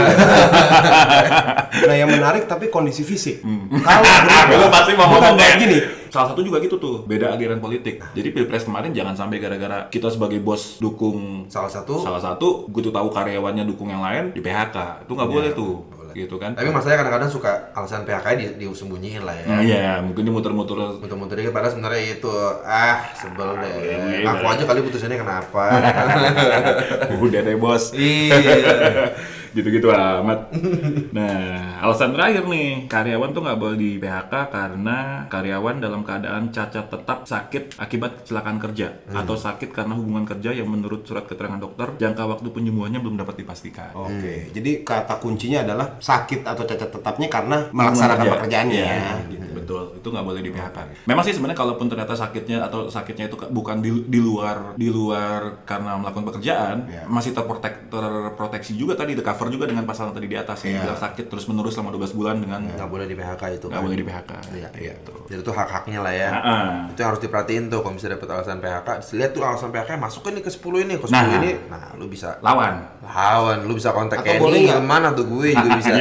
[SPEAKER 3] Nah yang menarik tapi kondisi fisik. Kalau
[SPEAKER 2] pasti mau ngomong
[SPEAKER 3] kayak gini.
[SPEAKER 2] Salah satu juga gitu tuh, beda aliran politik. Jadi Pilpres kemarin jangan sampai gara-gara kita sebagai bos dukung
[SPEAKER 1] salah satu,
[SPEAKER 2] gue tuh tahu karyawannya dukung yang lain di PHK. Itu nggak boleh tuh. Gitu kan.
[SPEAKER 1] Tapi masalahnya kadang-kadang suka alasan PHK disembunyiin lah ya.
[SPEAKER 2] Nah, iya, mungkin dia muter-muter
[SPEAKER 1] Muter-muter padahal sebenarnya itu sebel deh. Aku aja kali putusannya kenapa.
[SPEAKER 2] udah deh bos.
[SPEAKER 1] Iya.
[SPEAKER 2] Gitu-gitu amat. Nah, alasan terakhir nih, karyawan tuh nggak boleh di PHK karena karyawan dalam keadaan cacat tetap sakit akibat kecelakaan kerja atau sakit karena hubungan kerja yang menurut surat keterangan dokter jangka waktu penyembuhannya belum dapat dipastikan.
[SPEAKER 3] Oke, jadi kata kuncinya adalah sakit atau cacat tetapnya karena melaksanakan pekerjaannya.
[SPEAKER 2] Iya,
[SPEAKER 3] Gitu.
[SPEAKER 2] betul. Itu nggak boleh di PHK. Memang sih sebenarnya kalaupun ternyata sakitnya itu bukan di luar karena melakukan pekerjaan, masih terproteksi juga tadi, cover juga dengan pasal tadi di atas. Bila sakit terus menerus selama 12 bulan dengan
[SPEAKER 1] nggak boleh di PHK itu.
[SPEAKER 2] Nggak boleh di PHK.
[SPEAKER 1] Iya. Jadi itu hak-haknya lah ya. Itu yang harus diperhatiin tuh kalau bisa dapet alasan PHK. Lihat tuh alasan PHK masukkan nih ke 10 ini, ke 10 ini. Nah, lu bisa
[SPEAKER 2] lawan,
[SPEAKER 3] lu bisa kontak
[SPEAKER 1] Kenny. Boleh nggak? Mana tuh gue juga bisa.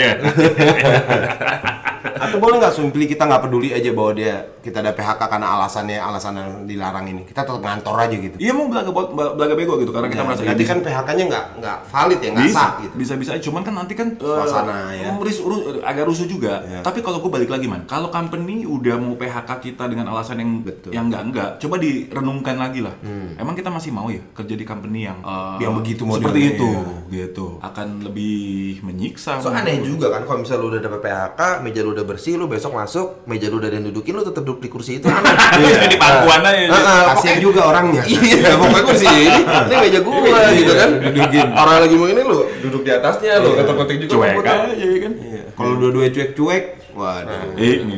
[SPEAKER 3] Atau boleh nggak simply kita nggak peduli aja bahwa kita ada PHK karena alasan yang dilarang ini, kita tetap ngantor aja gitu.
[SPEAKER 2] Iya, mau belaga bego gitu karena kita merasa
[SPEAKER 3] nanti kan PHK-nya nggak valid ya, nggak sah gitu.
[SPEAKER 2] Bisa aja, cuman kan nanti kan
[SPEAKER 3] suasana ya
[SPEAKER 2] agak rusuh juga. Tapi kalau gue balik lagi kalau company udah mau PHK kita dengan alasan yang enggak, coba direnungkan lagi lah. Emang kita masih mau ya kerja di company yang
[SPEAKER 3] begitu
[SPEAKER 2] seperti itu gitu, akan lebih menyiksa.
[SPEAKER 1] So aneh juga kan kalau misalnya lu udah dapet PHK, meja lu udah bersih, lu besok masuk, meja lu udah dudukin, lu tetap duduk di kursi itu.
[SPEAKER 2] Di pangkuan aja.
[SPEAKER 3] Kasian juga orangnya.
[SPEAKER 1] Iya, pokoknya kursi ini meja gua gitu kan. Dudukin. Orang lagi mau ini lu duduk di atasnya, lu ketok-ketok juga.
[SPEAKER 2] Cuek aja kan.
[SPEAKER 3] Kalau dua-duanya cuek-cuek, waduh.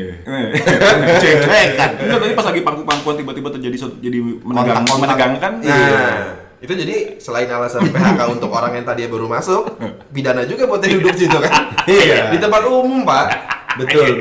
[SPEAKER 2] Cuek kan. Enggak, tadi pas lagi pangku-pangkuan tiba-tiba jadi menegangkan.
[SPEAKER 1] Itu jadi selain alasan PHK untuk orang yang tadi baru masuk, pidana juga buat yang duduk situ kan. Iya. Di tempat umum, Pak.
[SPEAKER 3] Betul.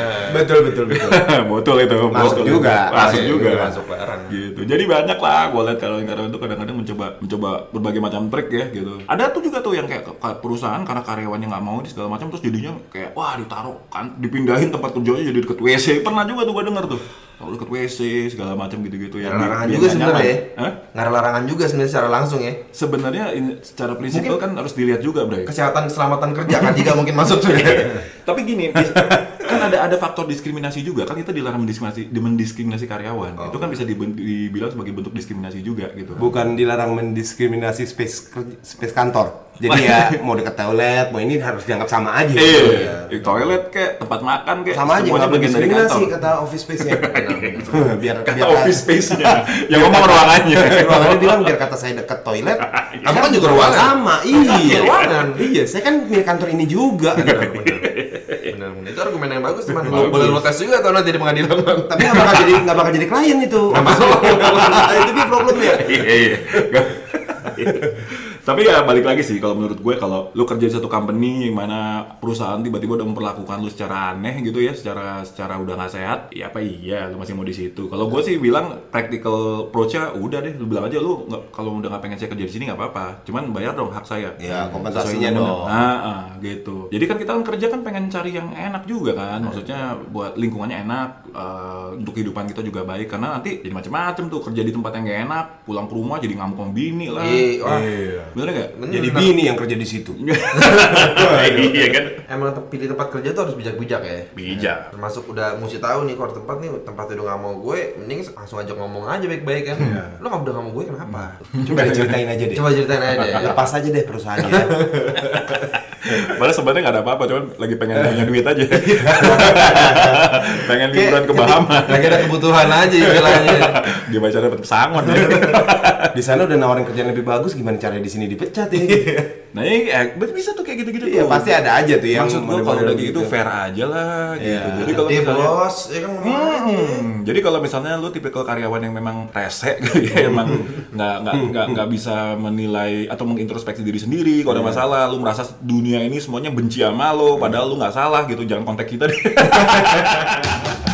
[SPEAKER 2] Betul itu.
[SPEAKER 3] Masuk juga
[SPEAKER 1] barang.
[SPEAKER 2] Gitu. Jadi banyak lah gue lihat kalau karyawan itu kadang-kadang mencoba berbagai macam trik ya gitu. Ada tuh juga tuh yang kayak perusahaan karena karyawannya nggak mau di segala macam terus jadinya kayak wah ditaruh kan dipindahin tempat kerjanya jadi deket WC. Pernah juga tuh gue denger tuh. Kalau deket WC segala macam gitu-gitu ya.
[SPEAKER 1] Larangan juga sebenarnya. Nggak ada larangan juga sebenarnya secara langsung ya.
[SPEAKER 2] Sebenarnya secara prinsipil kan harus dilihat juga, Bray.
[SPEAKER 1] Kesehatan keselamatan kerja kan juga mungkin masuk juga.
[SPEAKER 2] Tapi gini, kan ada faktor diskriminasi juga kan, kita dilarang mendiskriminasi karyawan. Itu kan bisa dibilang sebagai bentuk diskriminasi juga gitu.
[SPEAKER 3] Bukan dilarang mendiskriminasi space kantor. Jadi ya mau dekat toilet, mau ini harus dianggap sama aja.
[SPEAKER 2] Toilet kayak tempat makan kayak
[SPEAKER 3] sama aja, nggak
[SPEAKER 2] bagian dari kantor.
[SPEAKER 3] Kata office space-nya. biar
[SPEAKER 2] office space-nya. Yang ngomong ruangannya.
[SPEAKER 3] Ruangannya bilang biar kata saya dekat toilet.
[SPEAKER 1] Kamu kan juga ruangan.
[SPEAKER 3] Sama. Iya.
[SPEAKER 1] Ruangan.
[SPEAKER 3] Iya, saya kan milik kantor ini juga.
[SPEAKER 1] Benar. Itu argumen yang bagus, teman. Boleh lo tes juga atau nanti di pengadilan.
[SPEAKER 3] Tapi nggak bakal jadi klien itu. Itu dia problemnya.
[SPEAKER 2] Iya. Tapi ya balik lagi sih, kalau menurut gue kalau lu kerja di satu company yang mana perusahaan tiba-tiba udah memperlakukan lu secara aneh gitu ya, secara udah nggak sehat, ya apa iya lu masih mau di situ. Kalau gue sih bilang practical approach-nya udah deh, lu bilang aja lu kalau udah nggak pengen saya kerja di sini nggak apa-apa, cuman bayar dong hak saya.
[SPEAKER 3] Ya kompensasinya dong.
[SPEAKER 2] Gitu. Jadi kan kita kan kerja kan pengen cari yang enak juga kan, maksudnya buat lingkungannya enak, untuk kehidupan kita juga baik, karena nanti jadi macam-macam tuh kerja di tempat yang nggak enak, pulang ke rumah jadi ngamuk sama bini lah. Bener nggak?
[SPEAKER 3] Jadi bini yang kerja di situ.
[SPEAKER 2] Iya kan?
[SPEAKER 1] Emang pilih tempat kerja tuh harus bijak-bijak ya.
[SPEAKER 2] Bijak.
[SPEAKER 1] Termasuk udah mesti tahu nih kalau tempatnya udah nggak mau gue, mending langsung ajak ngomong aja baik-baik kan. Lo nggak udah nggak mau gue kenapa?
[SPEAKER 3] Coba ceritain aja deh. Lepas aja deh perusahaannya.
[SPEAKER 2] Padahal sebenarnya nggak ada apa-apa, cuman lagi pengen punya duit aja. Pengen liburan ke Bahama.
[SPEAKER 1] Lagi ada kebutuhan aja istilahnya.
[SPEAKER 2] Gimana cara dapat pesangon ya?
[SPEAKER 3] Di sana udah nawarin kerjaan lebih bagus, gimana caranya di sini dipecat ya?
[SPEAKER 2] Nah ini bisa tuh kayak gitu-gitu.
[SPEAKER 3] Iya pasti ada aja tuh yang
[SPEAKER 2] maksud gue kalau lagi itu fair aja lah gitu. Jadi kalau misalnya
[SPEAKER 1] bos, ya kan
[SPEAKER 2] jadi kalau misalnya lu tipikal karyawan yang memang rese ya, emang nggak bisa menilai atau mengintrospeksi diri sendiri kalau ada masalah, lu merasa dunia ini semuanya benci sama lo, padahal lu nggak salah gitu, jangan kontak kita deh.